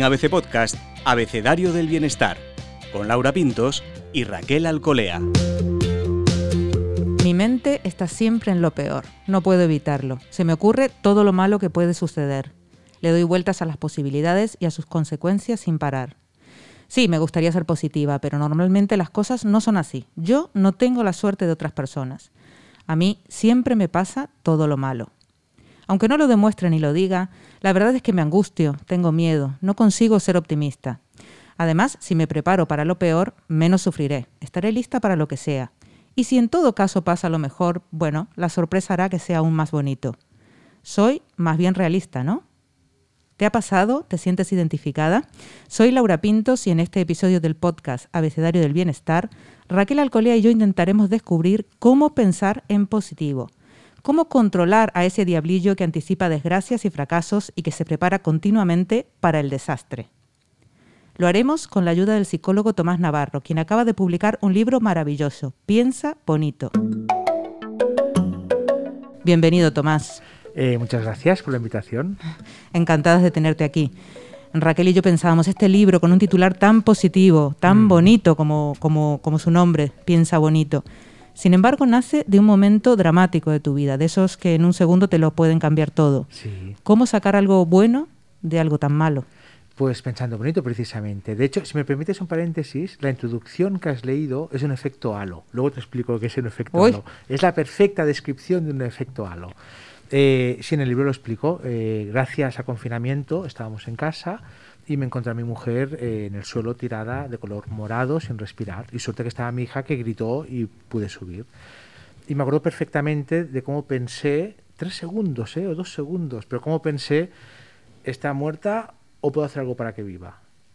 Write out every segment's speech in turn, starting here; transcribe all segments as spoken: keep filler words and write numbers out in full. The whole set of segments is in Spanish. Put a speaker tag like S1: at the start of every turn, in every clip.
S1: En A B C Podcast, Abecedario del Bienestar, con Laura Pintos y Raquel Alcolea.
S2: Mi mente está siempre en lo peor, no puedo evitarlo. Se me ocurre todo lo malo que puede suceder. Le doy vueltas a las posibilidades y a sus consecuencias sin parar. Sí, me gustaría ser positiva, pero normalmente las cosas no son así. Yo no tengo la suerte de otras personas. A mí siempre me pasa todo lo malo. Aunque no lo demuestre ni lo diga, la verdad es que me angustio, tengo miedo, no consigo ser optimista. Además, si me preparo para lo peor, menos sufriré, estaré lista para lo que sea. Y si en todo caso pasa lo mejor, bueno, la sorpresa hará que sea aún más bonito. Soy más bien realista, ¿no? ¿Te ha pasado? ¿Te sientes identificada? Soy Laura Pintos y en este episodio del podcast Abecedario del Bienestar, Raquel Alcolea y yo intentaremos descubrir cómo pensar en positivo, cómo controlar a ese diablillo que anticipa desgracias y fracasos y que se prepara continuamente para el desastre. Lo haremos con la ayuda del psicólogo Tomás Navarro, quien acaba de publicar un libro maravilloso, Piensa bonito. Bienvenido, Tomás.
S3: Eh, muchas gracias por la invitación.
S2: Encantadas de tenerte aquí. Raquel y yo pensábamos, este libro con un titular tan positivo, tan mm. bonito como, como, como su nombre, Piensa bonito. Sin embargo, nace de un momento dramático de tu vida, de esos que en un segundo te lo pueden cambiar todo.
S3: Sí.
S2: ¿Cómo sacar algo bueno de algo tan malo?
S3: Pues pensando bonito, precisamente. De hecho, si me permites un paréntesis, la introducción que has leído es un efecto halo. Luego te explico qué es un efecto
S2: Uy.
S3: halo. Es la perfecta descripción de un efecto halo. Eh, sí, en el libro lo explico. Eh, gracias a confinamiento estábamos en casa y me encontré a mi mujer eh, en el suelo tirada de color morado sin respirar. Y suerte que estaba mi hija que gritó y pude subir. Y me acuerdo perfectamente de cómo pensé, tres segundos eh, o dos segundos, pero cómo pensé, ¿está muerta o puedo hacer algo para que viva?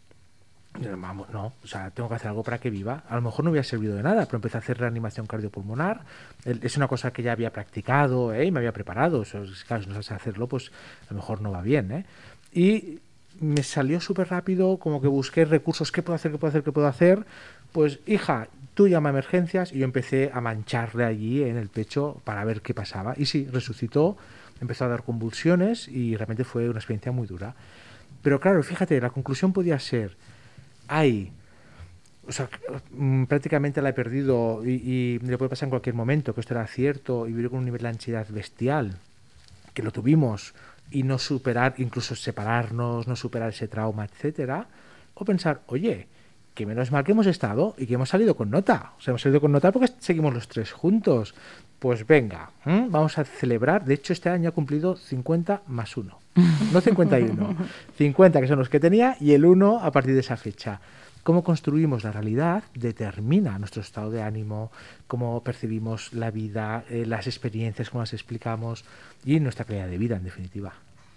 S3: Vamos, no, o sea, tengo que hacer algo para que viva. A lo mejor no hubiera servido de nada, pero empecé a hacer reanimación cardiopulmonar. Es una cosa que ya había practicado ¿eh? y me había preparado. O sea, claro, si no sabes hacerlo, pues a lo mejor no va bien. ¿eh? Y me salió súper rápido, como que busqué recursos. ¿Qué puedo hacer? ¿Qué puedo hacer? ¿Qué puedo hacer? Pues, hija, tú llama a emergencias. Y yo empecé a mancharle allí en el pecho para ver qué pasaba. Y sí, resucitó, empezó a dar convulsiones y realmente fue una experiencia muy dura. Pero claro, fíjate, la conclusión podía ser... Ay, o sea, prácticamente la he perdido y, y le puede pasar en cualquier momento, que esto era cierto, y vivir con un nivel de ansiedad bestial, que lo tuvimos, y no superar, incluso separarnos, no superar ese trauma, etcétera, o pensar, oye, que menos mal que hemos estado y que hemos salido con nota, o sea, hemos salido con nota porque seguimos los tres juntos, pues venga, ¿eh? Vamos a celebrar. De hecho, este año ha cumplido cincuenta más uno. No cincuenta y uno, cincuenta que son los que tenía y el uno a partir de esa fecha. Cómo construimos la realidad determina nuestro estado de ánimo, cómo percibimos la vida, eh, las experiencias, cómo las explicamos y nuestra calidad de vida, en definitiva.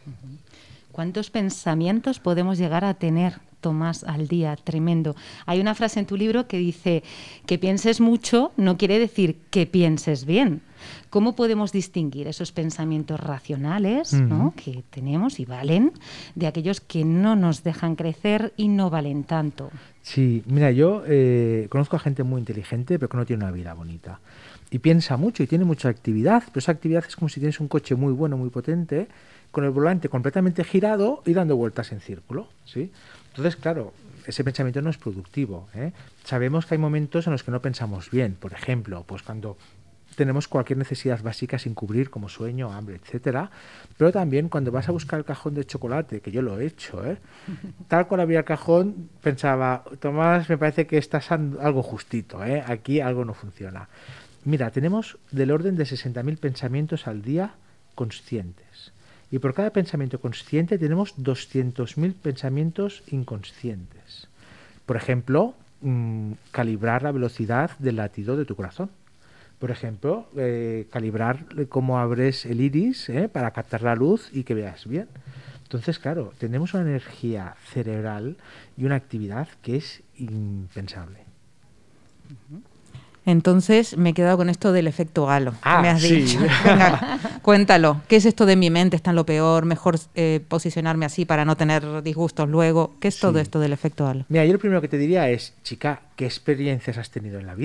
S4: ¿Cuántos pensamientos podemos llegar a tener, Tomás, al día? Tremendo. Hay una frase en tu libro que dice que pienses mucho no quiere decir que pienses bien. ¿Cómo podemos distinguir esos pensamientos racionales, uh-huh. ¿no? que tenemos y valen, de aquellos que no nos dejan crecer y no valen tanto?
S3: Sí, mira, yo eh, conozco a gente muy inteligente pero que no tiene una vida bonita. Y piensa mucho y tiene mucha actividad, pero esa actividad es como si tienes un coche muy bueno, muy potente, con el volante completamente girado y dando vueltas en círculo, ¿sí? Entonces, claro, ese pensamiento no es productivo, ¿eh? Sabemos que hay momentos en los que no pensamos bien. Por ejemplo, pues cuando tenemos cualquier necesidad básica sin cubrir, como sueño, hambre, etcétera. Pero también cuando vas a buscar el cajón de chocolate, que yo lo he hecho, ¿eh? Tal cual abría el cajón, pensaba, Tomás, me parece que estás algo justito, ¿eh? Aquí algo no funciona. Mira, tenemos del orden de sesenta mil pensamientos al día conscientes. Y por cada pensamiento consciente tenemos doscientos mil pensamientos inconscientes. Por ejemplo, mmm, calibrar la velocidad del latido de tu corazón. Por ejemplo, eh, calibrar cómo abres el iris eh, para captar la luz y que veas bien. Entonces, claro, tenemos una energía cerebral y una actividad que es impensable.
S2: Entonces me he quedado con esto del efecto halo.
S3: Ah,
S2: que me has
S3: sí.
S2: dicho. Venga, cuéntalo. ¿Qué es esto de mi mente está en lo peor? Mejor eh, posicionarme así para no tener disgustos luego. ¿Qué es sí. todo esto del efecto halo?
S3: Mira, yo lo primero que te diría es, chica, ¿qué experiencias has tenido en la vida?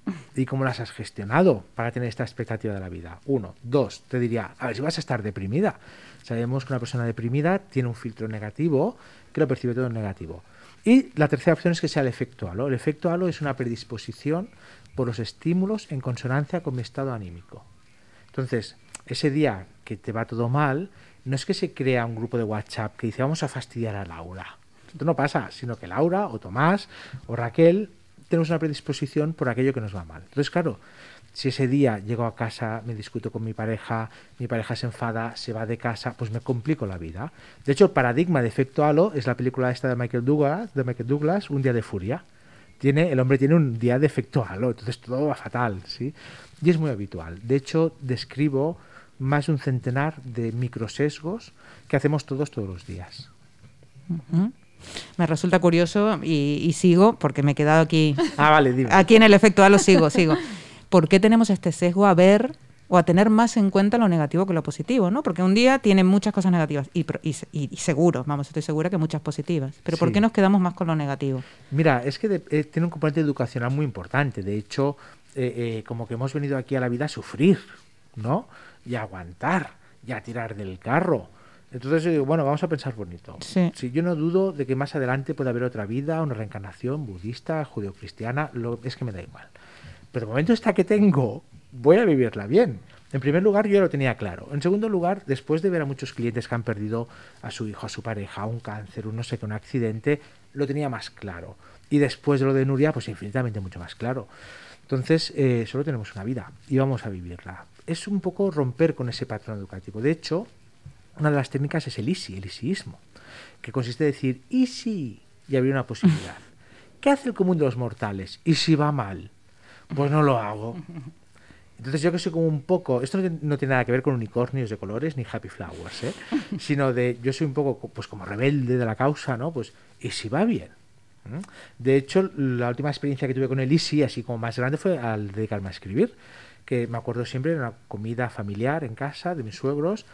S3: ¿Y cómo las has gestionado para tener esta expectativa de la vida? Uno. Dos, te diría, a ver si vas a estar deprimida. Sabemos que una persona deprimida tiene un filtro negativo que lo percibe todo en negativo. Y la tercera opción es que sea el efecto halo. El efecto halo es una predisposición por los estímulos en consonancia con mi estado anímico. Entonces, ese día que te va todo mal, no es que se crea un grupo de WhatsApp que dice vamos a fastidiar a Laura. Esto no pasa, sino que Laura o Tomás o Raquel tenemos una predisposición por aquello que nos va mal. Entonces, claro, si ese día llego a casa, me discuto con mi pareja, mi pareja se enfada, se va de casa, pues me complico la vida. De hecho, el paradigma de efecto halo es la película esta de Michael Douglas, de Michael Douglas, Un día de furia. Tiene, el hombre tiene un día de efecto halo, entonces todo va fatal, ¿sí? Y es muy habitual. De hecho, describo más de un centenar de microsesgos que hacemos todos todos los días.
S2: Uh-huh. Me resulta curioso y, y sigo, porque me he quedado aquí.
S3: Ah, vale, dime.
S2: Aquí en el efecto halo sigo, sigo. ¿Por qué tenemos este sesgo a ver o a tener más en cuenta lo negativo que lo positivo, ¿no? Porque un día tiene muchas cosas negativas y, y, y seguro, vamos, estoy segura que muchas positivas. Pero ¿por
S3: Sí.
S2: qué nos quedamos más con lo negativo?
S3: Mira, es que de, eh, tiene un componente educacional muy importante. De hecho, eh, eh, como que hemos venido aquí a la vida a sufrir, ¿no? Y a aguantar, y a tirar del carro. Entonces, eh, bueno, vamos a pensar bonito.
S2: Sí.
S3: Sí, yo no dudo de que más adelante pueda haber otra vida, una reencarnación budista, judeocristiana, lo, es que me da igual. Pero el momento esta que tengo, voy a vivirla bien. En primer lugar, yo ya lo tenía claro. En segundo lugar, después de ver a muchos clientes que han perdido a su hijo, a su pareja, un cáncer, un no sé qué, un accidente, lo tenía más claro. Y después de lo de Nuria, pues infinitamente mucho más claro. Entonces, eh, solo tenemos una vida y vamos a vivirla. Es un poco romper con ese patrón educativo. De hecho, una de las técnicas es el easy, el easyismo, que consiste en decir, ¿y si? Y abrir una posibilidad. ¿Qué hace el común de los mortales? ¿Y si va mal? Pues no lo hago. Entonces yo que soy como un poco, esto no, no tiene nada que ver con unicornios de colores ni happy flowers, ¿eh? Sino de, yo soy un poco pues como rebelde de la causa, ¿no? Pues, ¿y si va bien? ¿Mm? De hecho, la última experiencia que tuve con el easy, así como más grande, fue al dedicarme a escribir, que me acuerdo siempre de una comida familiar en casa de mis suegros,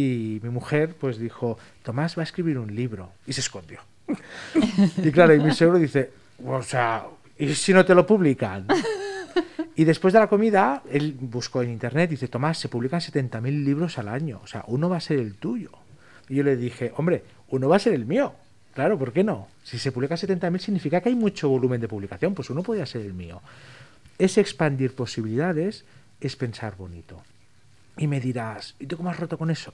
S3: y mi mujer pues dijo, Tomás va a escribir un libro, y se escondió. Y claro, y mi suegro dice, o sea, ¿y si no te lo publican? Y después de la comida, él buscó en internet y dice, Tomás, se publican setenta mil libros al año, o sea, uno va a ser el tuyo. Y yo le dije, hombre, uno va a ser el mío. Claro, ¿por qué no? Si se publican setenta mil significa que hay mucho volumen de publicación, pues uno podría ser el mío. Es expandir posibilidades, es pensar bonito. Y me dirás, ¿y tú cómo has roto con eso?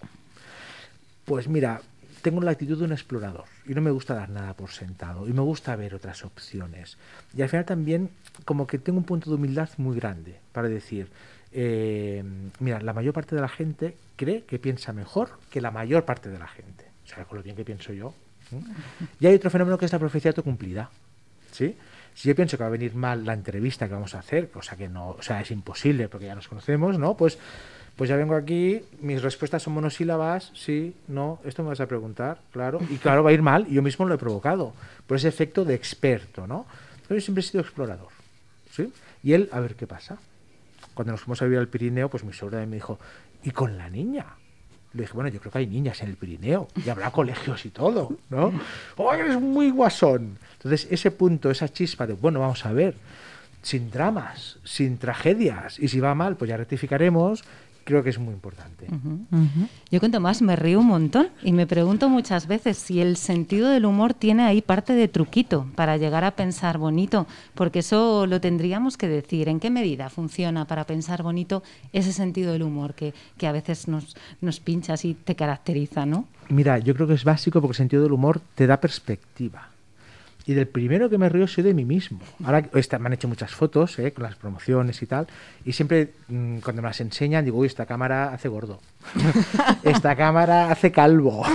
S3: Pues mira, tengo la actitud de un explorador y no me gusta dar nada por sentado y me gusta ver otras opciones. Y al final también como que tengo un punto de humildad muy grande para decir, eh, mira, la mayor parte de la gente cree que piensa mejor que la mayor parte de la gente. O sea, con lo bien que pienso yo. ¿Sí? Y hay otro fenómeno que es la profecía autocumplida. ¿Sí? Si yo pienso que va a venir mal la entrevista que vamos a hacer, cosa que no, o sea, es imposible porque ya nos conocemos, ¿no? Pues Pues ya vengo aquí, mis respuestas son monosílabas, sí, no, esto me vas a preguntar, claro, y claro, va a ir mal, y yo mismo lo he provocado, por ese efecto de experto, ¿no? Pero yo siempre he sido explorador, ¿sí? Y él, a ver qué pasa. Cuando nos fuimos a vivir al Pirineo, pues mi suegra me dijo, ¿y con la niña? Le dije, bueno, yo creo que hay niñas en el Pirineo, y habrá colegios y todo, ¿no? ¡Oh, eres muy guasón! Entonces, ese punto, esa chispa de, bueno, vamos a ver, sin dramas, sin tragedias, y si va mal, pues ya rectificaremos. Creo que es muy importante.
S4: Uh-huh. Uh-huh. Yo con Tomás me río un montón y me pregunto muchas veces si el sentido del humor tiene ahí parte de truquito para llegar a pensar bonito, porque eso lo tendríamos que decir. ¿En qué medida funciona para pensar bonito ese sentido del humor que, que a veces nos, nos pinchas y te caracteriza, ¿no?
S3: Mira, yo creo que es básico porque el sentido del humor te da perspectiva. Y del primero que me río soy de mí mismo. Ahora esta, me han hecho muchas fotos, ¿eh? Con las promociones y tal, y siempre mmm, cuando me las enseñan digo, uy, esta cámara hace gordo, esta cámara hace calvo.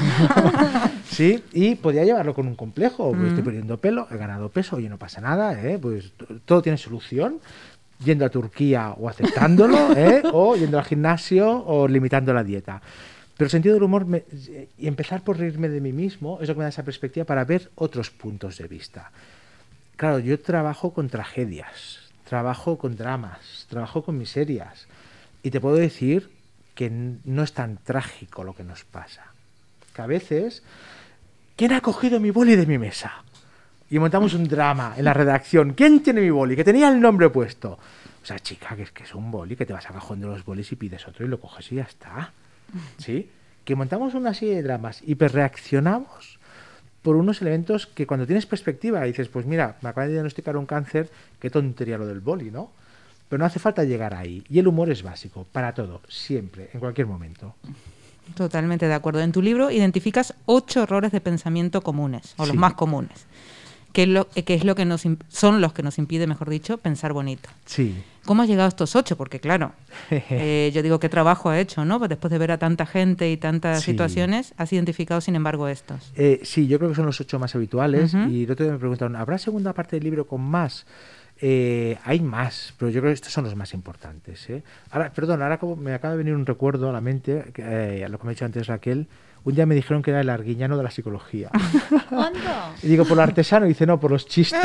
S3: ¿Sí? Y podía llevarlo con un complejo, pues mm. estoy perdiendo pelo, he ganado peso, oye, no pasa nada, ¿eh? Pues t- todo tiene solución, yendo a Turquía o aceptándolo, ¿eh? O yendo al gimnasio o limitando la dieta. Pero el sentido del humor, me, y empezar por reírme de mí mismo, es lo que me da esa perspectiva para ver otros puntos de vista. Claro, yo trabajo con tragedias, trabajo con dramas, trabajo con miserias. Y te puedo decir que no es tan trágico lo que nos pasa. Que a veces, ¿quién ha cogido mi boli de mi mesa? Y montamos un drama en la redacción. ¿Quién tiene mi boli? Que tenía el nombre puesto. sea, chica, que es que es un boli, que te vas al cajón de los bolis y pides otro y lo coges y ya está. ¿Sí? Que montamos una serie de dramas, hiperreaccionamos por unos elementos que cuando tienes perspectiva dices, pues mira, me acaban de diagnosticar un cáncer, qué tontería lo del boli, ¿no? Pero no hace falta llegar ahí. Y el humor es básico, para todo, siempre, en cualquier momento.
S2: Totalmente de acuerdo. En tu libro identificas ocho errores de pensamiento comunes, o los
S3: Sí.
S2: más comunes, que es lo que, es lo que nos, imp- son los que nos impide, mejor dicho, pensar bonito.
S3: Sí.
S2: ¿Cómo has llegado a estos ocho? Porque claro, eh, yo digo, ¿qué trabajo ha hecho, no? Pues después de ver a tanta gente y tantas
S3: Sí.
S2: situaciones, has identificado, sin embargo, estos.
S3: Eh, sí, yo creo que son los ocho más habituales.
S2: Ujú.
S3: Y el otro día me preguntaron, ¿habrá segunda parte del libro con más? Eh, hay más, pero yo creo que estos son los más importantes, ¿eh? Ahora, perdón, ahora como me acaba de venir un recuerdo a la mente, que, eh, a lo que me ha dicho antes Raquel. Un día me dijeron que era el arguiñano de la psicología.
S4: ¿Cuándo?
S3: Y digo, por lo artesano, y dice, no, por los chistes.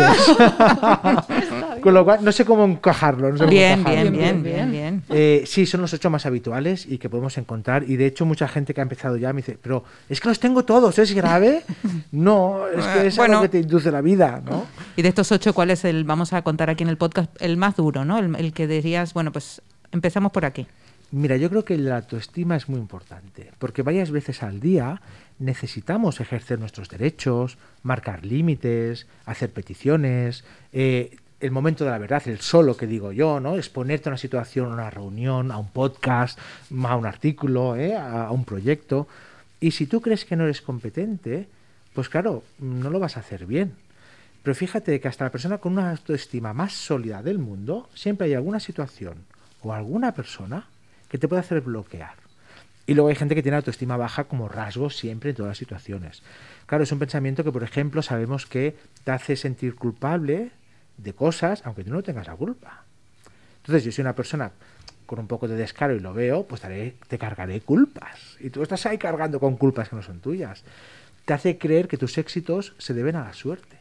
S3: Con lo cual, no sé cómo encajarlo. No sé cómo
S2: Bien,
S3: encajarlo.
S2: bien, bien, bien, bien.
S3: Eh, sí, son los ocho más habituales y que podemos encontrar. Y de hecho, mucha gente que ha empezado ya me dice, pero es que los tengo todos, ¿es grave? No, es que es
S2: Bueno.
S3: algo que te induce la vida, ¿no?
S2: Y de estos ocho, ¿cuál es el, vamos a contar aquí en el podcast, el más duro, ¿no? El, el que dirías, bueno, pues empezamos por aquí.
S3: Mira, yo creo que la autoestima es muy importante, porque varias veces al día necesitamos ejercer nuestros derechos, marcar límites, hacer peticiones, eh, el momento de la verdad, el solo que digo yo, ¿no? Exponerte a una situación, a una reunión, a un podcast, a un artículo, ¿eh? a, a un proyecto. Y si tú crees que no eres competente, pues claro, no lo vas a hacer bien. Pero fíjate que hasta la persona con una autoestima más sólida del mundo, siempre hay alguna situación o alguna persona que te puede hacer bloquear. Y luego hay gente que tiene autoestima baja como rasgo siempre en todas las situaciones. Claro, es un pensamiento que, por ejemplo, sabemos que te hace sentir culpable de cosas, aunque tú no tengas la culpa. Entonces, yo soy una persona con un poco de descaro y lo veo, pues te, te cargaré culpas. Y tú estás ahí cargando con culpas que no son tuyas. Te hace creer que tus éxitos se deben a la suerte.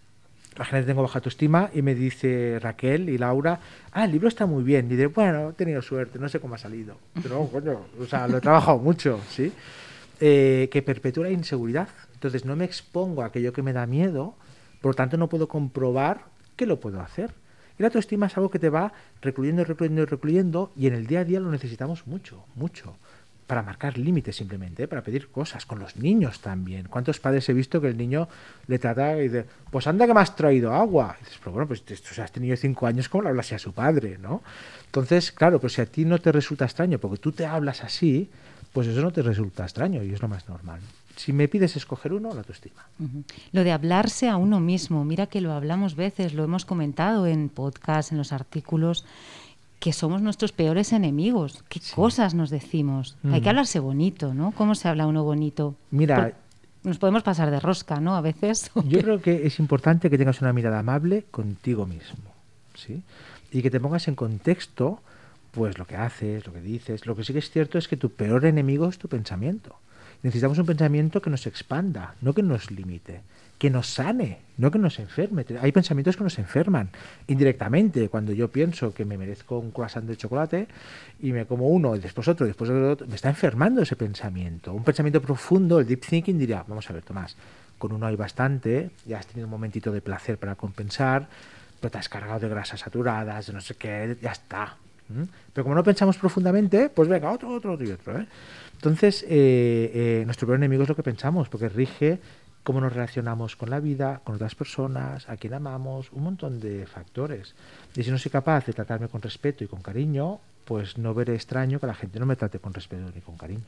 S3: La gente tengo baja autoestima y me dice Raquel y Laura, ah, el libro está muy bien. Y dice, bueno, he tenido suerte, no sé cómo ha salido. Pero no, coño, o sea, lo he trabajado mucho, ¿sí? Eh, que perpetúa la inseguridad. Entonces no me expongo a aquello que me da miedo, por lo tanto no puedo comprobar que lo puedo hacer. Y la autoestima es algo que te va recluyendo, recluyendo y recluyendo, y en el día a día lo necesitamos mucho, mucho. Para marcar límites simplemente, ¿eh? Para pedir cosas, con los niños también. ¿Cuántos padres he visto que el niño le trata y dice, pues anda que me has traído agua? Y dices, pero bueno, pues o sea, has tenido cinco años, ¿cómo le hablas así a su padre, no? Entonces, claro, pues si a ti no te resulta extraño, porque tú te hablas así, pues eso no te resulta extraño y es lo más normal. Si me pides escoger uno, la autoestima.
S4: Uh-huh. Lo de hablarse a uno mismo, mira que lo hablamos veces, lo hemos comentado en podcast, en los artículos, que somos nuestros peores enemigos. ¿Qué sí. cosas nos decimos? Mm. Hay que hablarse bonito, ¿no? ¿Cómo se habla uno bonito?
S3: Mira,
S4: Por, nos podemos pasar de rosca, ¿no? A veces.
S3: Yo creo que es importante que tengas una mirada amable contigo mismo, ¿sí? Y que te pongas en contexto, pues lo que haces, lo que dices. Lo que sí que es cierto es que tu peor enemigo es tu pensamiento. Necesitamos un pensamiento que nos expanda, no que nos limite, que nos sane, no que nos enferme. Hay pensamientos que nos enferman indirectamente. Cuando yo pienso que me merezco un croissant de chocolate y me como uno y después otro, y después otro, me está enfermando ese pensamiento. Un pensamiento profundo, el deep thinking, diría, vamos a ver, Tomás, con uno hay bastante, ya has tenido un momentito de placer para compensar, pero te has cargado de grasas saturadas, de no sé qué, ya está. ¿Mm? Pero como no pensamos profundamente, pues venga, otro, otro, otro y otro, ¿eh? Entonces, eh, eh, nuestro peor enemigo es lo que pensamos, porque rige cómo nos relacionamos con la vida, con otras personas, a quién amamos, un montón de factores. Y si no soy capaz de tratarme con respeto y con cariño, pues no veré extraño que la gente no me trate con respeto ni con cariño.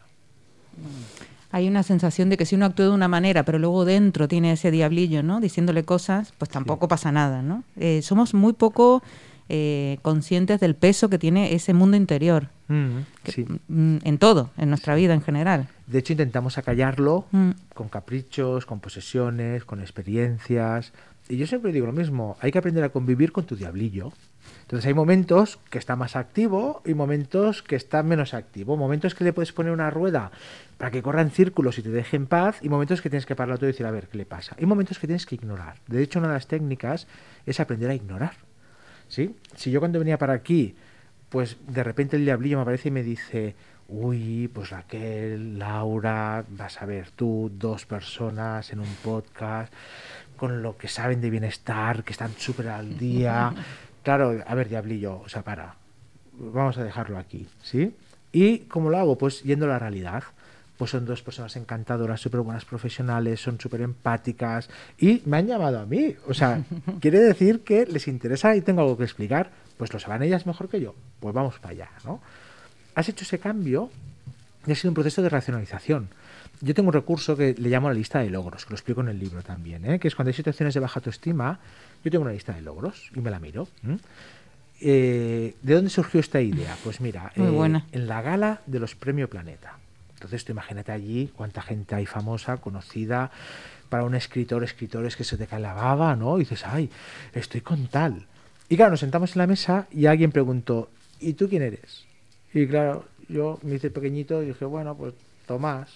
S2: Hay una sensación de que si uno actúa de una manera, pero luego dentro tiene ese diablillo, ¿no? Diciéndole cosas, pues tampoco sí. pasa nada, ¿no? Eh, somos muy poco eh, conscientes del peso que tiene ese mundo interior.
S3: Mm,
S2: que,
S3: sí.
S2: En todo, en nuestra vida en general.
S3: De hecho, intentamos acallarlo
S2: mm.
S3: con caprichos, con posesiones, con experiencias. Y yo siempre digo lo mismo, hay que aprender a convivir con tu diablillo. Entonces hay momentos que está más activo y momentos que está menos activo. Momentos que le puedes poner una rueda para que corra en círculos y te deje en paz, y momentos que tienes que parar todo y decir, a ver, ¿qué le pasa? Y momentos que tienes que ignorar. De hecho, una de las técnicas es aprender a ignorar. ¿Sí? Si yo cuando venía para aquí, pues de repente el diablillo me aparece y me dice, uy, pues Raquel, Laura, vas a ver tú, dos personas en un podcast con lo que saben de bienestar, que están súper al día, Claro, a ver, diablillo, o sea, para, vamos a dejarlo aquí, ¿sí? ¿Y cómo lo hago? Pues yendo a la realidad. Pues son dos personas encantadoras, súper buenas profesionales, son súper empáticas y me han llamado a mí. O sea, quiere decir que les interesa y tengo algo que explicar. Pues lo saben ellas mejor que yo. Pues vamos para allá, ¿no? Has hecho ese cambio y ha sido un proceso de racionalización. Yo tengo un recurso que le llamo la lista de logros, que lo explico en el libro también, ¿eh? Que es cuando hay situaciones de baja autoestima, yo tengo una lista de logros y me la miro. ¿eh? Eh, ¿De dónde surgió esta idea? Pues mira,
S2: Muy
S3: eh,
S2: buena.
S3: en la gala de los Premio Planeta. Entonces tú imagínate allí cuánta gente hay famosa, conocida, para un escritor, escritores que se te cae la baba, ¿no? Y dices, ay, estoy con tal. Y claro, nos sentamos en la mesa y alguien preguntó, ¿y tú quién eres? Y claro, yo me hice pequeñito y dije, bueno, pues Tomás.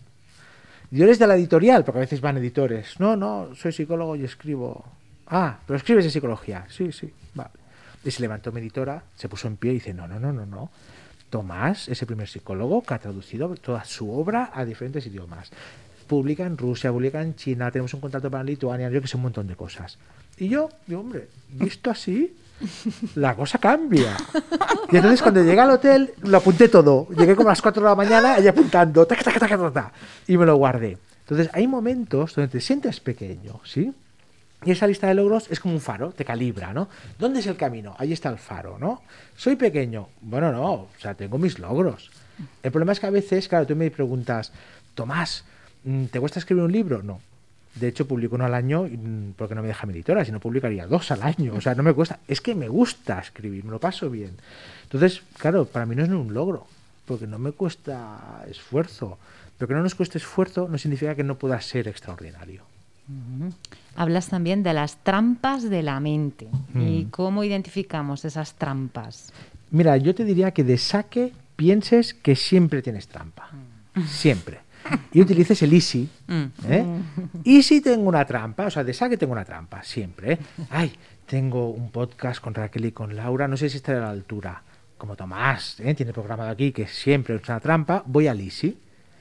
S3: ¿Y eres de la editorial? Porque a veces van editores. No, no, soy psicólogo y escribo. Ah, pero escribes de psicología. Sí, sí, vale. Y se levantó mi editora, se puso en pie y dice, no, no, no, no, no. Tomás es el primer psicólogo que ha traducido toda su obra a diferentes idiomas. Publica en Rusia, publica en China, tenemos un contrato para Lituania, yo que sé, un montón de cosas. Y yo, digo, hombre, visto así, la cosa cambia. Y entonces cuando llegué al hotel, lo apunté todo. Llegué como a las cuatro de la mañana, allí apuntando, taca, taca, taca, taca, y me lo guardé. Entonces hay momentos donde te sientes pequeño, ¿sí? Y esa lista de logros es como un faro, te calibra, ¿no? ¿Dónde es el camino? Ahí está el faro, ¿no? Soy pequeño. Bueno, no, o sea, tengo mis logros. El problema es que a veces, claro, tú me preguntas, Tomás, ¿te cuesta escribir un libro? No. De hecho, publico uno al año porque no me deja mi editora, si no publicaría dos al año. O sea, no me cuesta. Es que me gusta escribir, me lo paso bien. Entonces, claro, para mí no es un logro, porque no me cuesta esfuerzo. Pero que no nos cueste esfuerzo no significa que no pueda ser extraordinario.
S4: Uh-huh. Hablas también de las trampas de la mente. Mm. ¿Y cómo identificamos esas trampas?
S3: Mira, yo te diría que de saque pienses que siempre tienes trampa. Mm. Siempre. Y utilices el easy. ¿eh? Easy tengo una trampa, o sea, de saque tengo una trampa, siempre. ¿eh? Ay, tengo un podcast con Raquel y con Laura, no sé si estaré a la altura. Como Tomás, ¿eh? tiene programado aquí que siempre es una trampa, voy al easy.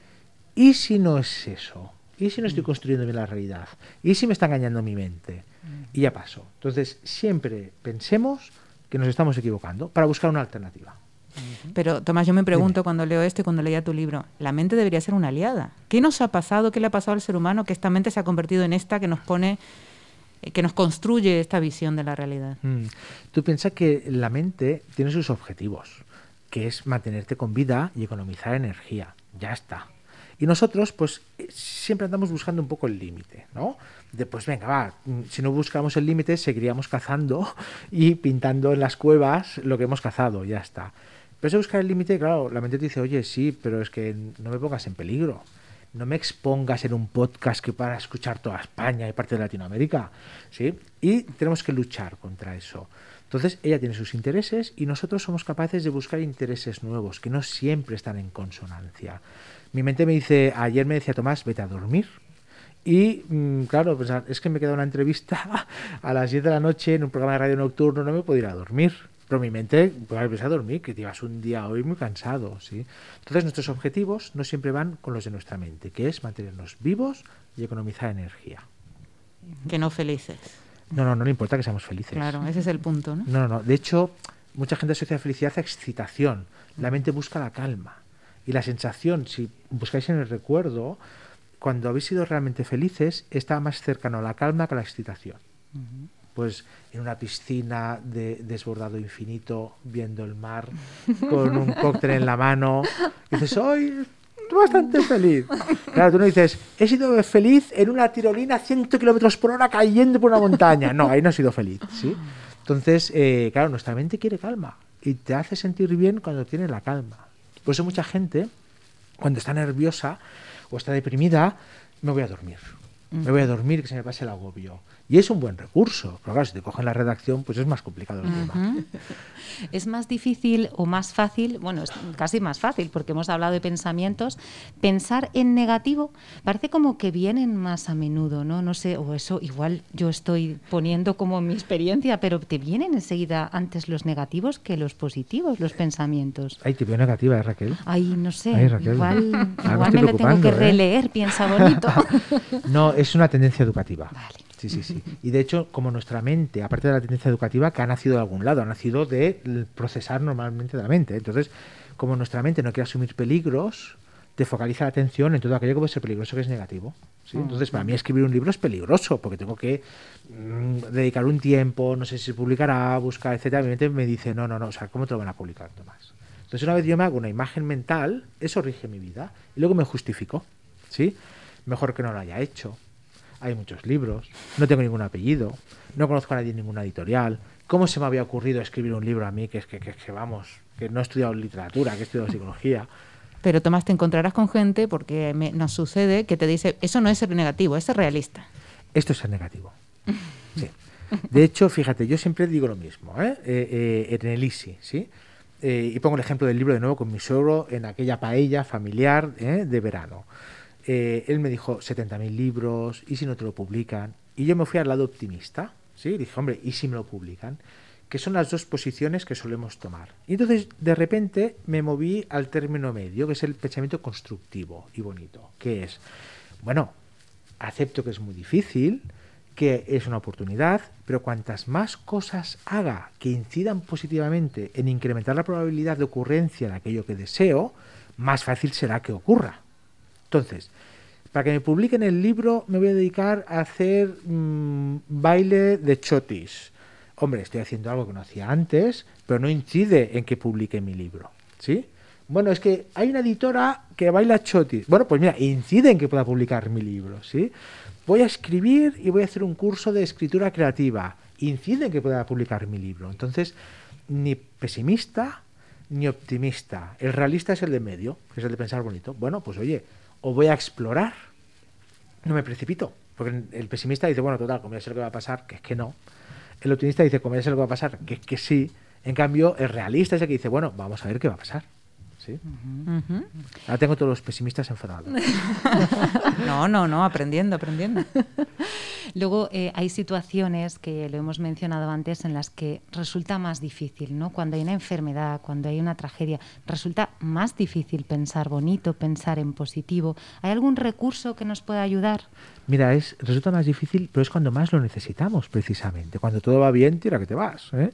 S3: ¿Y si no es eso? ¿Y si no estoy construyendo bien la realidad? ¿Y si me está engañando mi mente? Y ya pasó. Entonces, siempre pensemos que nos estamos equivocando para buscar una alternativa.
S2: Pero, Tomás, yo me pregunto
S3: Dime.
S2: cuando leo esto y cuando leía tu libro, la mente debería ser una aliada. ¿Qué nos ha pasado? ¿Qué le ha pasado al ser humano? Que esta mente se ha convertido en esta que nos pone, que nos construye esta visión de la realidad.
S3: Mm. Tú piensas que la mente tiene sus objetivos, que es mantenerte con vida y economizar energía. Ya está. Y nosotros, pues, siempre andamos buscando un poco el límite, ¿no? De, pues venga, va, si no buscamos el límite, seguiríamos cazando y pintando en las cuevas lo que hemos cazado, ya está. Pero ese buscar el límite, claro, la mente te dice, oye, sí, pero es que no me pongas en peligro. No me expongas en un podcast que para escuchar toda España y parte de Latinoamérica, ¿sí? Y tenemos que luchar contra eso. Entonces, ella tiene sus intereses y nosotros somos capaces de buscar intereses nuevos, que no siempre están en consonancia. Mi mente me dice, ayer me decía Tomás, vete a dormir. Y mmm, claro, pues es que me queda una entrevista a las diez de la noche en un programa de radio nocturno, no me puedo ir a dormir. Pero mi mente, pues vete a dormir, que te llevas un día hoy muy cansado, ¿sí? Entonces nuestros objetivos no siempre van con los de nuestra mente, que es mantenernos vivos y economizar energía.
S2: Que no felices.
S3: No, no, no le importa que seamos felices.
S2: Claro, ese es el punto, ¿no?
S3: No, no, no. De hecho, mucha gente asocia felicidad a excitación. La mente busca la calma. Y la sensación, si buscáis en el recuerdo, cuando habéis sido realmente felices, está más cercano a la calma que a la excitación. Uh-huh. Pues en una piscina de desbordado infinito, viendo el mar, con un cóctel en la mano, y dices, ¡ay, estoy bastante feliz! Claro, tú no dices, he sido feliz en una tirolina a cien kilómetros por hora cayendo por una montaña. No, ahí no he sido feliz, ¿sí? Entonces, eh, claro, nuestra mente quiere calma y te hace sentir bien cuando tiene la calma. Por eso mucha gente, cuando está nerviosa o está deprimida, me voy a dormir. Me voy a dormir, que se me pase el agobio. Y es un buen recurso. Pero claro, si te cogen la redacción, pues es más complicado el uh-huh. tema.
S4: Es más difícil o más fácil, bueno, es casi más fácil, porque hemos hablado de pensamientos. Pensar en negativo parece como que vienen más a menudo, ¿no? No sé, o eso igual yo estoy poniendo como mi experiencia, pero te vienen enseguida antes los negativos que los positivos, los pensamientos.
S3: Ay, te veo negativa, ¿eh, Raquel?
S4: Ay, no sé,
S3: Ay, Raquel.
S4: igual,
S3: ah,
S4: igual me, me lo tengo que releer, ¿eh? Piensa bonito.
S3: No, es una tendencia educativa.
S4: Vale.
S3: Sí, sí, sí. Y de hecho, como nuestra mente, aparte de la tendencia educativa, que ha nacido de algún lado, ha nacido de procesar normalmente de la mente. Entonces, como nuestra mente no quiere asumir peligros, te focaliza la atención en todo aquello que puede ser peligroso, que es negativo. ¿Sí? Entonces, para mí escribir un libro es peligroso, porque tengo que mmm, dedicar un tiempo, no sé si se publicará, buscar, etcétera. Mi mente me dice, no, no, no, o sea, ¿cómo te lo van a publicar, Tomás? Entonces, una vez yo me hago una imagen mental, eso rige mi vida, y luego me justifico, ¿sí? Mejor que no lo haya hecho. Hay muchos libros, no tengo ningún apellido, no conozco a nadie en ninguna editorial. ¿Cómo se me había ocurrido escribir un libro a mí que es que, que, que vamos, que no he estudiado literatura, que he estudiado psicología?
S2: Pero Tomás, te encontrarás con gente, porque me, nos sucede, que te dice, eso no es ser negativo, es ser realista.
S3: Esto es ser negativo. Sí. De hecho, fíjate, yo siempre digo lo mismo, ¿eh? Eh, eh, en el ISI, ¿sí? Eh, y pongo el ejemplo del libro de nuevo con mi suegro en aquella paella familiar, ¿eh? de verano. Eh, él me dijo setenta mil libros, ¿y si no te lo publican? Y yo me fui al lado optimista, ¿sí? Y dije, hombre, ¿y si me lo publican? Que son las dos posiciones que solemos tomar. Y entonces, de repente, me moví al término medio, que es el pensamiento constructivo y bonito, que es, bueno, acepto que es muy difícil, que es una oportunidad, pero cuantas más cosas haga que incidan positivamente en incrementar la probabilidad de ocurrencia de aquello que deseo, más fácil será que ocurra. Entonces, para que me publiquen el libro me voy a dedicar a hacer mmm, baile de chotis. Hombre, estoy haciendo algo que no hacía antes, pero no incide en que publique mi libro, ¿sí? Bueno, es que hay una editora que baila chotis. Bueno, pues mira, incide en que pueda publicar mi libro, ¿sí? Voy a escribir y voy a hacer un curso de escritura creativa. Incide en que pueda publicar mi libro. Entonces, ni pesimista ni optimista. El realista es el de medio, que es el de pensar bonito. Bueno, pues oye, o voy a explorar, no me precipito, porque el pesimista dice, bueno, total, como ya sé lo que va a pasar, que es que no. El optimista dice, como ya sé lo que va a pasar, que es que sí. En cambio, el realista es el que dice, bueno, vamos a ver qué va a pasar. ¿Sí? Uh-huh. Ahora tengo todos los pesimistas enfadados.
S2: No, no, no, aprendiendo, aprendiendo.
S4: Luego eh, hay situaciones que lo hemos mencionado antes en las que resulta más difícil, ¿no? Cuando hay una enfermedad, cuando hay una tragedia, resulta más difícil pensar bonito, pensar en positivo. ¿Hay algún recurso que nos pueda ayudar?
S3: Mira, es, resulta más difícil, pero es cuando más lo necesitamos, precisamente. Cuando todo va bien, tira que te vas. ¿eh?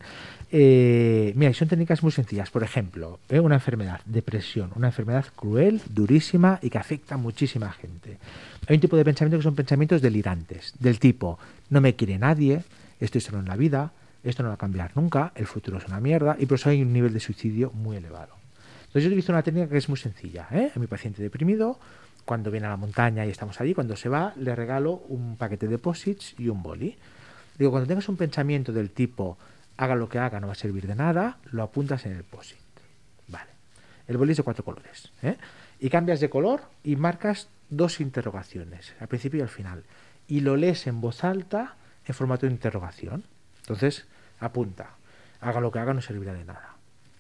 S3: Eh, mira, son técnicas muy sencillas. Por ejemplo, ¿eh? una enfermedad, depresión, una enfermedad cruel, durísima y que afecta a muchísima gente. Hay un tipo de pensamiento que son pensamientos delirantes, del tipo, no me quiere nadie, estoy solo en la vida, esto no va a cambiar nunca, el futuro es una mierda, y por eso hay un nivel de suicidio muy elevado. Entonces yo utilizo una técnica que es muy sencilla. ¿eh? A mi paciente deprimido, cuando viene a la montaña y estamos allí, cuando se va, le regalo un paquete de posits y un boli. Digo, cuando tengas un pensamiento del tipo, haga lo que haga, no va a servir de nada, lo apuntas en el posit. Vale. El boli es de cuatro colores. ¿eh? Y cambias de color y marcas dos interrogaciones, al principio y al final. Y lo lees en voz alta en formato de interrogación. Entonces, apunta, haga lo que haga, no servirá de nada.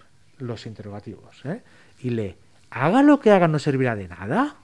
S3: Los interrogativos. ¿eh? Y lee, haga lo que haga, no servirá de nada.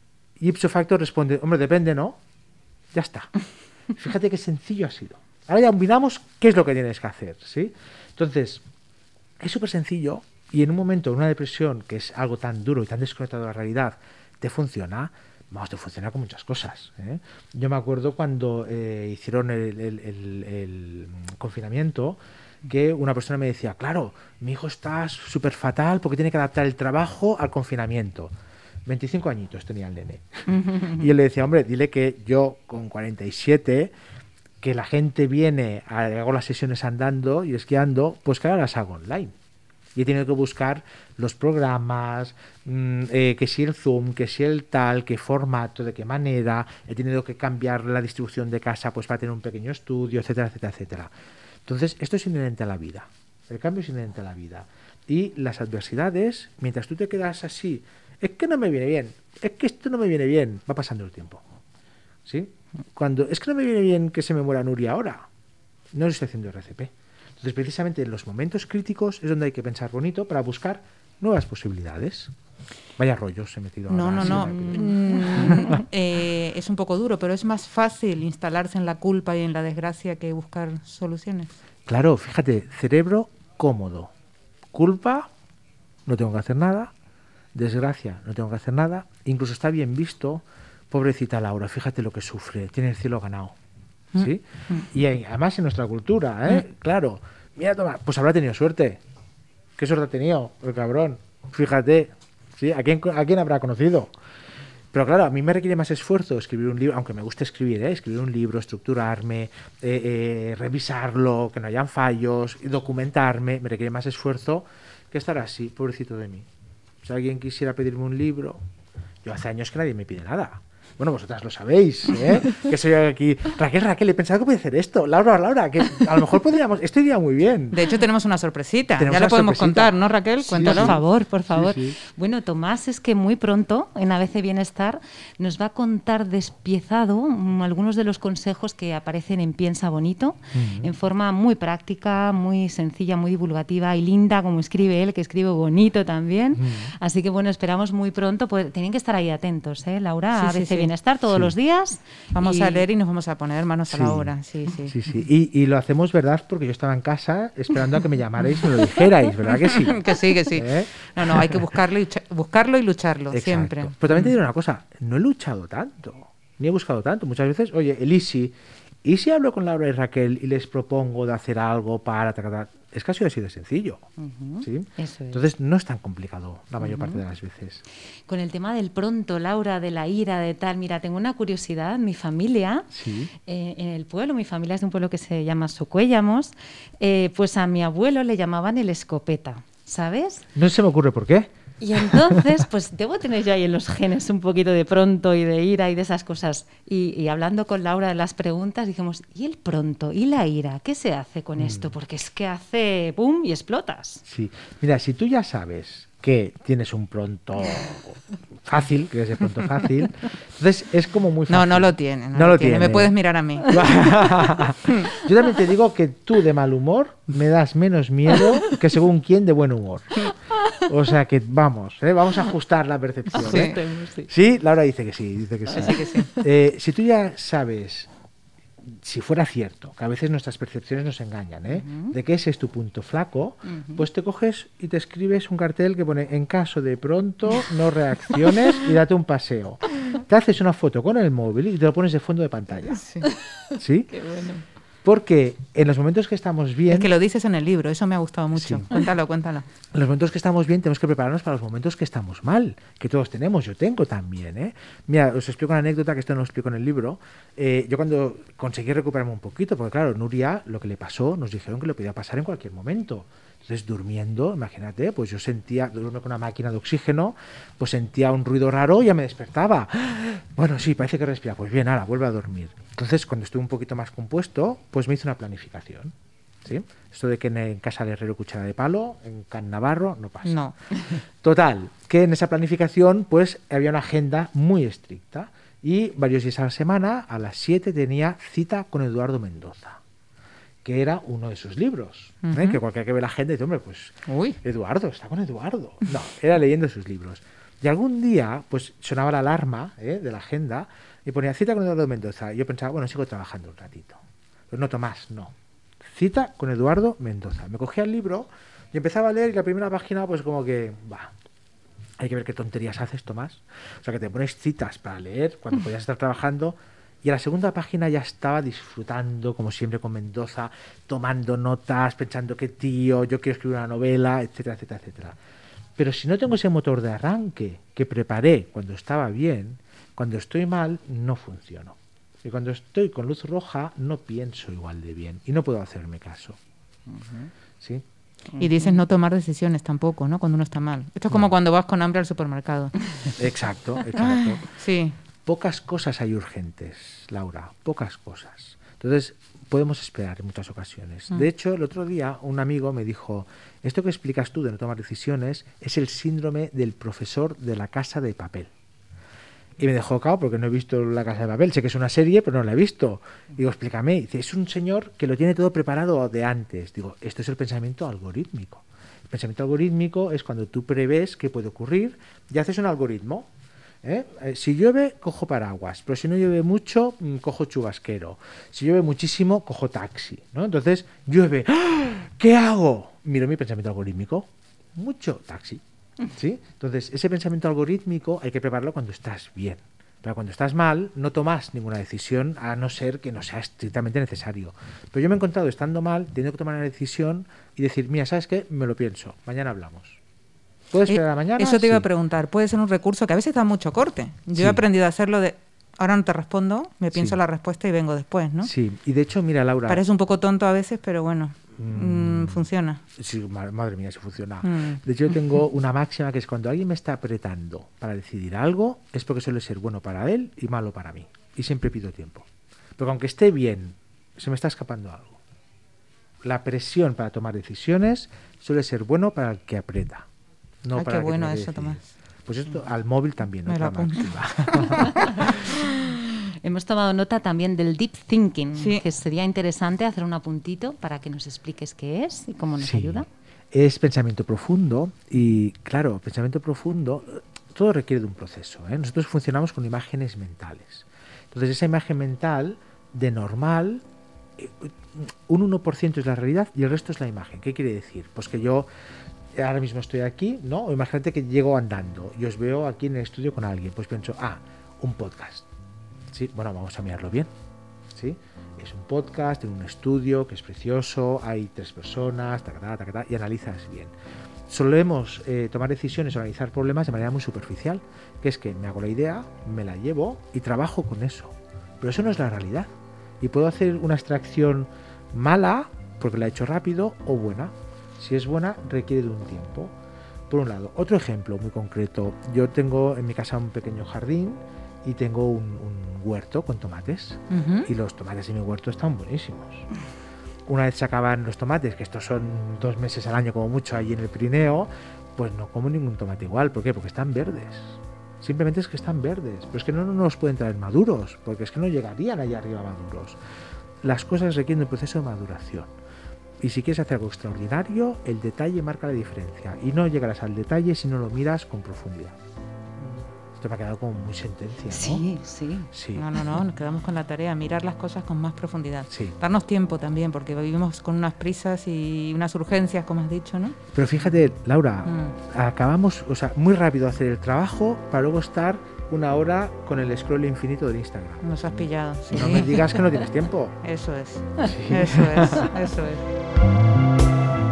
S3: Y ipso facto responde, hombre, depende, ¿no? Ya está. Fíjate qué sencillo ha sido. Ahora ya miramos qué es lo que tienes que hacer, ¿sí? Entonces, es súper sencillo y en un momento, en una depresión, que es algo tan duro y tan desconectado de la realidad, te funciona, vamos, te funciona con muchas cosas. ¿eh? Yo me acuerdo cuando eh, hicieron el, el, el, el confinamiento, que una persona me decía, claro, mi hijo está súper fatal porque tiene que adaptar el trabajo al confinamiento. veinticinco añitos tenía el nene. Y yo le decía, hombre, dile que yo con cuarenta y siete, que la gente viene, a, hago las sesiones andando y esquiando, pues que ahora las hago online. Y he tenido que buscar los programas, mmm, eh, que si el Zoom, que si el tal, qué formato, de qué manera. He tenido que cambiar la distribución de casa pues para tener un pequeño estudio, etcétera, etcétera, etcétera. Entonces, esto es inherente a la vida. El cambio es inherente a la vida. Y las adversidades, mientras tú te quedas así, es que no me viene bien, es que esto no me viene bien, va pasando el tiempo. ¿Sí? Cuando es que no me viene bien que se me muera Nuria ahora, no lo estoy haciendo R C P. Entonces, precisamente en los momentos críticos es donde hay que pensar bonito para buscar nuevas posibilidades. Vaya rollos he metido
S2: no,
S3: ahora.
S2: No, no, no. Mm, eh, es un poco duro, pero es más fácil instalarse en la culpa y en la desgracia que buscar soluciones.
S3: Claro, fíjate, cerebro cómodo. Culpa, no tengo que hacer nada. Desgracia, no tengo que hacer nada. Incluso está bien visto, pobrecita Laura, fíjate lo que sufre, tiene el cielo ganado. ¿sí? Mm. Y además en nuestra cultura, ¿eh? Mm. Claro, mira, toma, pues habrá tenido suerte. ¿Qué suerte ha tenido el cabrón? Fíjate, ¿sí? ¿A quién, a quién habrá conocido? Pero claro, a mí me requiere más esfuerzo escribir un libro, aunque me guste escribir, ¿eh? Escribir un libro, estructurarme, eh, eh, revisarlo, que no hayan fallos, documentarme, me requiere más esfuerzo que estar así, pobrecito de mí. Si alguien quisiera pedirme un libro, yo hace años que nadie me pide nada. Bueno, vosotras lo sabéis, ¿eh? Que soy aquí. Raquel, Raquel, he pensado que podía hacer esto. Laura, Laura, que a lo mejor podríamos. Esto iría muy bien.
S2: De hecho, tenemos una sorpresita.
S3: Tenemos
S2: ya lo podemos
S3: sorpresita.
S2: contar, ¿no, Raquel?
S3: Sí,
S2: Cuéntalo.
S4: Por favor, por favor.
S3: Sí, sí.
S4: Bueno, Tomás es que muy pronto, en A B C Bienestar, nos va a contar despiezado um, algunos de los consejos que aparecen en Piensa Bonito, uh-huh. en forma muy práctica, muy sencilla, muy divulgativa y linda, como escribe él, que escribe bonito también. Uh-huh. Así que, bueno, esperamos muy pronto. Pues, tienen que estar ahí atentos, ¿eh, Laura?
S2: Sí,
S4: A B C
S2: sí, sí.
S4: Bienestar todos
S3: Sí.
S4: los días.
S2: Vamos
S4: y...
S2: a leer y nos vamos a poner manos
S3: Sí.
S2: a la obra. Sí, sí.
S3: Sí, sí. Y, y lo hacemos, ¿verdad? Porque yo estaba en casa esperando a que me llamarais y me lo dijerais, ¿verdad que sí?
S2: Que sí, que sí.
S3: ¿Eh?
S2: No, no, hay que buscarlo y, buscarlo y lucharlo,
S3: Exacto.
S2: siempre.
S3: Pero también te diré una cosa, no he luchado tanto, ni he buscado tanto. Muchas veces, oye, el Easy, ¿y si hablo con Laura y Raquel y les propongo de hacer algo para... tratar? Es casi así de sencillo.
S4: Uh-huh.
S3: ¿Sí?
S4: Eso es.
S3: Entonces no es tan complicado la mayor
S4: Uh-huh.
S3: parte de las veces.
S4: Con el tema del pronto, Laura, de la ira, de tal, mira, tengo una curiosidad. Mi familia,
S3: Sí.
S4: eh, en el pueblo, mi familia es de un pueblo que se llama Socuéllamos, eh, pues a mi abuelo le llamaban el escopeta, ¿sabes?
S3: No se me ocurre por qué.
S4: Y entonces, pues debo tener yo ahí en los genes un poquito de pronto y de ira y de esas cosas. Y, y hablando con Laura de las preguntas, dijimos, ¿y el pronto? ¿Y la ira? ¿Qué se hace con mm. esto? Porque es que hace boom y explotas.
S3: Sí. Mira, si tú ya sabes que tienes un pronto fácil, que es de pronto fácil, entonces es como muy fácil.
S2: No, no lo tiene. No,
S3: no
S2: lo
S3: lo
S2: tiene.
S3: tiene.
S2: Me puedes mirar a mí.
S3: Yo también te digo que tú de mal humor me das menos miedo que según quién de buen humor. O sea que vamos, ¿eh? Vamos a ajustar la percepción. ¿eh?
S4: Sí.
S3: Sí, Laura dice que sí, dice que sí.
S2: Sí, que sí.
S3: Eh, si tú ya sabes, si fuera cierto, que a veces nuestras percepciones nos engañan, ¿eh? Uh-huh. De que ese es tu punto flaco, uh-huh. pues te coges y te escribes un cartel que pone: en caso de pronto, no reacciones y date un paseo. Te haces una foto con el móvil y te lo pones de fondo de pantalla.
S2: Sí.
S3: ¿Sí?
S4: Qué bueno.
S3: Porque en los momentos que estamos bien...
S2: Es que lo dices en el libro, eso me ha gustado mucho.
S3: Sí.
S2: Cuéntalo, cuéntalo.
S3: En los momentos que estamos bien tenemos que prepararnos para los momentos que estamos mal, que todos tenemos, yo tengo también, ¿eh? Mira, os explico una anécdota que esto no lo explico en el libro. Eh, yo cuando conseguí recuperarme un poquito, porque claro, Nuria, lo que le pasó, nos dijeron que le podía pasar en cualquier momento. Entonces, durmiendo, imagínate, pues yo sentía, duermo con una máquina de oxígeno, pues sentía un ruido raro y ya me despertaba. Bueno, sí, parece que respira. Pues bien, ahora, vuelve a dormir. Entonces, cuando estuve un poquito más compuesto, pues me hice una planificación. ¿Sí? Esto de que en casa del herrero cuchara de palo, en Can Navarro, no pasa.
S2: No.
S3: Total, que en esa planificación, pues había una agenda muy estricta. Y varios días a la semana, a las siete, tenía cita con Eduardo Mendoza, que era uno de sus libros. Uh-huh. ¿eh? Que cualquiera que ve la agenda dice, hombre, pues
S2: Uy.
S3: Eduardo, está con Eduardo. No, era leyendo sus libros. Y algún día, pues sonaba la alarma ¿eh? de la agenda y ponía cita con Eduardo Mendoza. Y yo pensaba, bueno, sigo trabajando un ratito. Pero no, Tomás, no. Cita con Eduardo Mendoza. Me cogía el libro y empezaba a leer y la primera página, pues como que, va, hay que ver qué tonterías haces, Tomás. O sea, que te pones citas para leer cuando podías estar trabajando. Y a la segunda página ya estaba disfrutando, como siempre, con Mendoza, tomando notas, pensando que tío, yo quiero escribir una novela, etcétera, etcétera, etcétera. Pero si no tengo ese motor de arranque que preparé cuando estaba bien, cuando estoy mal, no funciono. Y cuando estoy con luz roja, no pienso igual de bien y no puedo hacerme caso. Uh-huh. ¿Sí?
S2: Y dices no tomar decisiones tampoco, ¿no? Cuando uno está mal. Esto es como no. cuando vas con hambre al supermercado.
S3: Exacto, exacto.
S2: Sí.
S3: Pocas cosas hay urgentes, Laura, pocas cosas. Entonces, podemos esperar en muchas ocasiones. Mm. De hecho, el otro día un amigo me dijo, esto que explicas tú de no tomar decisiones es el síndrome del profesor de La Casa de Papel. Y me dejó cao porque no he visto La Casa de Papel. Sé que es una serie, pero no la he visto. Digo, explícame. Dice, es un señor que lo tiene todo preparado de antes. Digo, esto es el pensamiento algorítmico. El pensamiento algorítmico es cuando tú prevés qué puede ocurrir y haces un algoritmo. ¿Eh? Eh, si llueve, cojo paraguas, pero si no llueve mucho, mmm, cojo chubasquero. Si llueve muchísimo, cojo taxi, ¿no? Entonces, llueve, ¡ah! ¿Qué hago? Miro mi pensamiento algorítmico, mucho taxi, ¿sí? Entonces, ese pensamiento algorítmico hay que prepararlo cuando estás bien. Pero cuando estás mal, no tomas ninguna decisión a no ser que no sea estrictamente necesario. Pero yo me he encontrado estando mal, teniendo que tomar una decisión y decir, mira, ¿sabes qué? Me lo pienso, mañana hablamos. ¿Puedes esperar a mañana?
S2: Eso te iba
S3: Sí.
S2: a preguntar. Puede ser un recurso que a veces da mucho corte. Yo
S3: Sí.
S2: he aprendido a hacerlo de, ahora no te respondo, me pienso
S3: Sí.
S2: la respuesta y vengo después, ¿no?
S3: Sí, y de hecho, mira, Laura...
S2: Parece un poco tonto a veces, pero bueno, mm,
S3: Mm.
S2: funciona.
S3: Sí, ma- madre mía, si funciona.
S2: Mm.
S3: De hecho, yo tengo una máxima que es cuando alguien me está apretando para decidir algo, es porque suele ser bueno para él y malo para mí. Y siempre pido tiempo. Porque aunque esté bien, se me está escapando algo. La presión para tomar decisiones suele ser bueno para el que aprieta. No
S2: Ay,
S3: para
S2: qué
S3: el que
S2: bueno
S3: tiene que
S2: eso,
S3: decidir.
S2: Tomás.
S3: Pues esto al móvil también,
S2: Me lo
S3: otra
S2: apunto.
S3: máxima.
S4: Hemos tomado nota también del deep thinking,
S2: Sí.
S4: que sería interesante hacer un apuntito para que nos expliques qué es y cómo nos
S3: Sí.
S4: ayuda.
S3: Es pensamiento profundo y, claro, pensamiento profundo, todo requiere de un proceso, ¿eh? Nosotros funcionamos con imágenes mentales. Entonces, esa imagen mental de normal, eh, un uno por ciento es la realidad y el resto es la imagen. ¿Qué quiere decir? Pues que yo ahora mismo estoy aquí, ¿no? O imagínate que llego andando y os veo aquí en el estudio con alguien. Pues pienso, ah, un podcast. Sí, bueno, vamos a mirarlo bien. ¿Sí? Es un podcast en un estudio que es precioso, hay tres personas, tacatá, tacatá, y analizas bien. Solemos eh, tomar decisiones o analizar problemas de manera muy superficial, que es que me hago la idea, me la llevo y trabajo con eso. Pero eso no es la realidad. Y puedo hacer una extracción mala, porque la he hecho rápido, o buena. Si es buena, requiere de un tiempo. Por un lado. Otro ejemplo muy concreto. Yo tengo en mi casa un pequeño jardín y tengo un, un huerto con tomates.
S2: Ujú.
S3: Y los tomates de mi huerto están buenísimos. Una vez se acaban los tomates, que estos son dos meses al año como mucho allí en el Pirineo, pues no como ningún tomate igual. ¿Por qué? Porque están verdes. Simplemente es que están verdes. Pero es que no, no nos pueden traer maduros, porque es que no llegarían allá arriba maduros. Las cosas requieren un proceso de maduración. Y si quieres hacer algo extraordinario, el detalle marca la diferencia. Y no llegarás al detalle si no lo miras con profundidad. Esto me ha quedado como muy sentencia, ¿no?
S4: Sí, sí.
S3: Sí.
S2: No, no, no, nos quedamos con la tarea, mirar las cosas con más profundidad.
S3: Sí.
S2: Darnos tiempo también, porque vivimos con unas prisas y unas urgencias, como has dicho, ¿no?
S3: Pero fíjate, Laura,
S2: Mm.
S3: acabamos, o sea, muy rápido hacer el trabajo para luego estar una hora con el scroll infinito del Instagram.
S2: Nos has pillado. Sí.
S3: No me digas que no tienes tiempo.
S2: Eso es,
S3: Sí.
S2: eso es, eso es.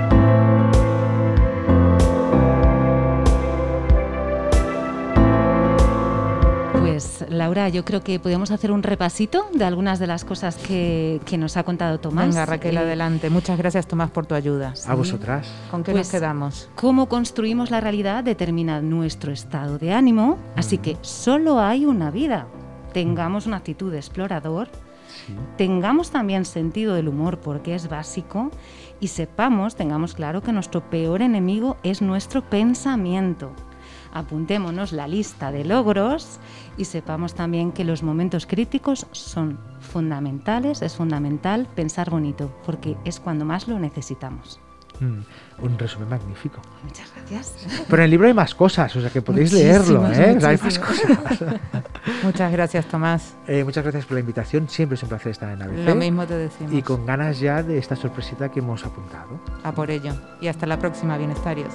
S4: Pues Laura, yo creo que podemos hacer un repasito de algunas de las cosas que, que nos ha contado Tomás.
S2: Venga, Raquel,
S4: Eh,
S2: adelante. Muchas gracias, Tomás, por tu ayuda.
S3: A vosotras.
S2: ¿Con qué
S4: Pues-
S2: nos quedamos?
S4: Cómo construimos la realidad determina nuestro estado de ánimo, así que solo hay una vida. Tengamos una actitud de explorador,
S3: Sí.
S4: tengamos también sentido del humor porque es básico y sepamos, tengamos claro que nuestro peor enemigo es nuestro pensamiento. Apuntémonos la lista de logros y sepamos también que los momentos críticos son fundamentales, es fundamental pensar bonito porque es cuando más lo necesitamos.
S3: Mm, un resumen magnífico.
S4: Muchas gracias.
S3: Pero en el libro hay más cosas, o sea que podéis
S4: Muchísimas,
S3: leerlo, ¿eh? O sea, hay más
S4: muchísimas.
S3: cosas.
S2: Muchas gracias, Tomás.
S3: Eh, muchas gracias por la invitación. Siempre es un placer estar en A B C.
S2: Lo mismo te decimos.
S3: Y con ganas ya de esta sorpresita que hemos apuntado.
S2: A por ello. Y hasta la próxima, bienestarios.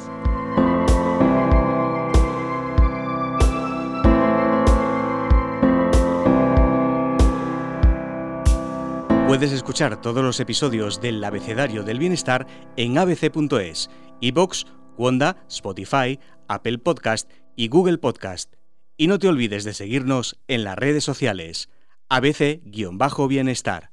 S1: Puedes escuchar todos los episodios del Abecedario del Bienestar en a b c punto es, iVoox, Wanda, Spotify, Apple Podcast y Google Podcast. Y no te olvides de seguirnos en las redes sociales. A B C-Bienestar.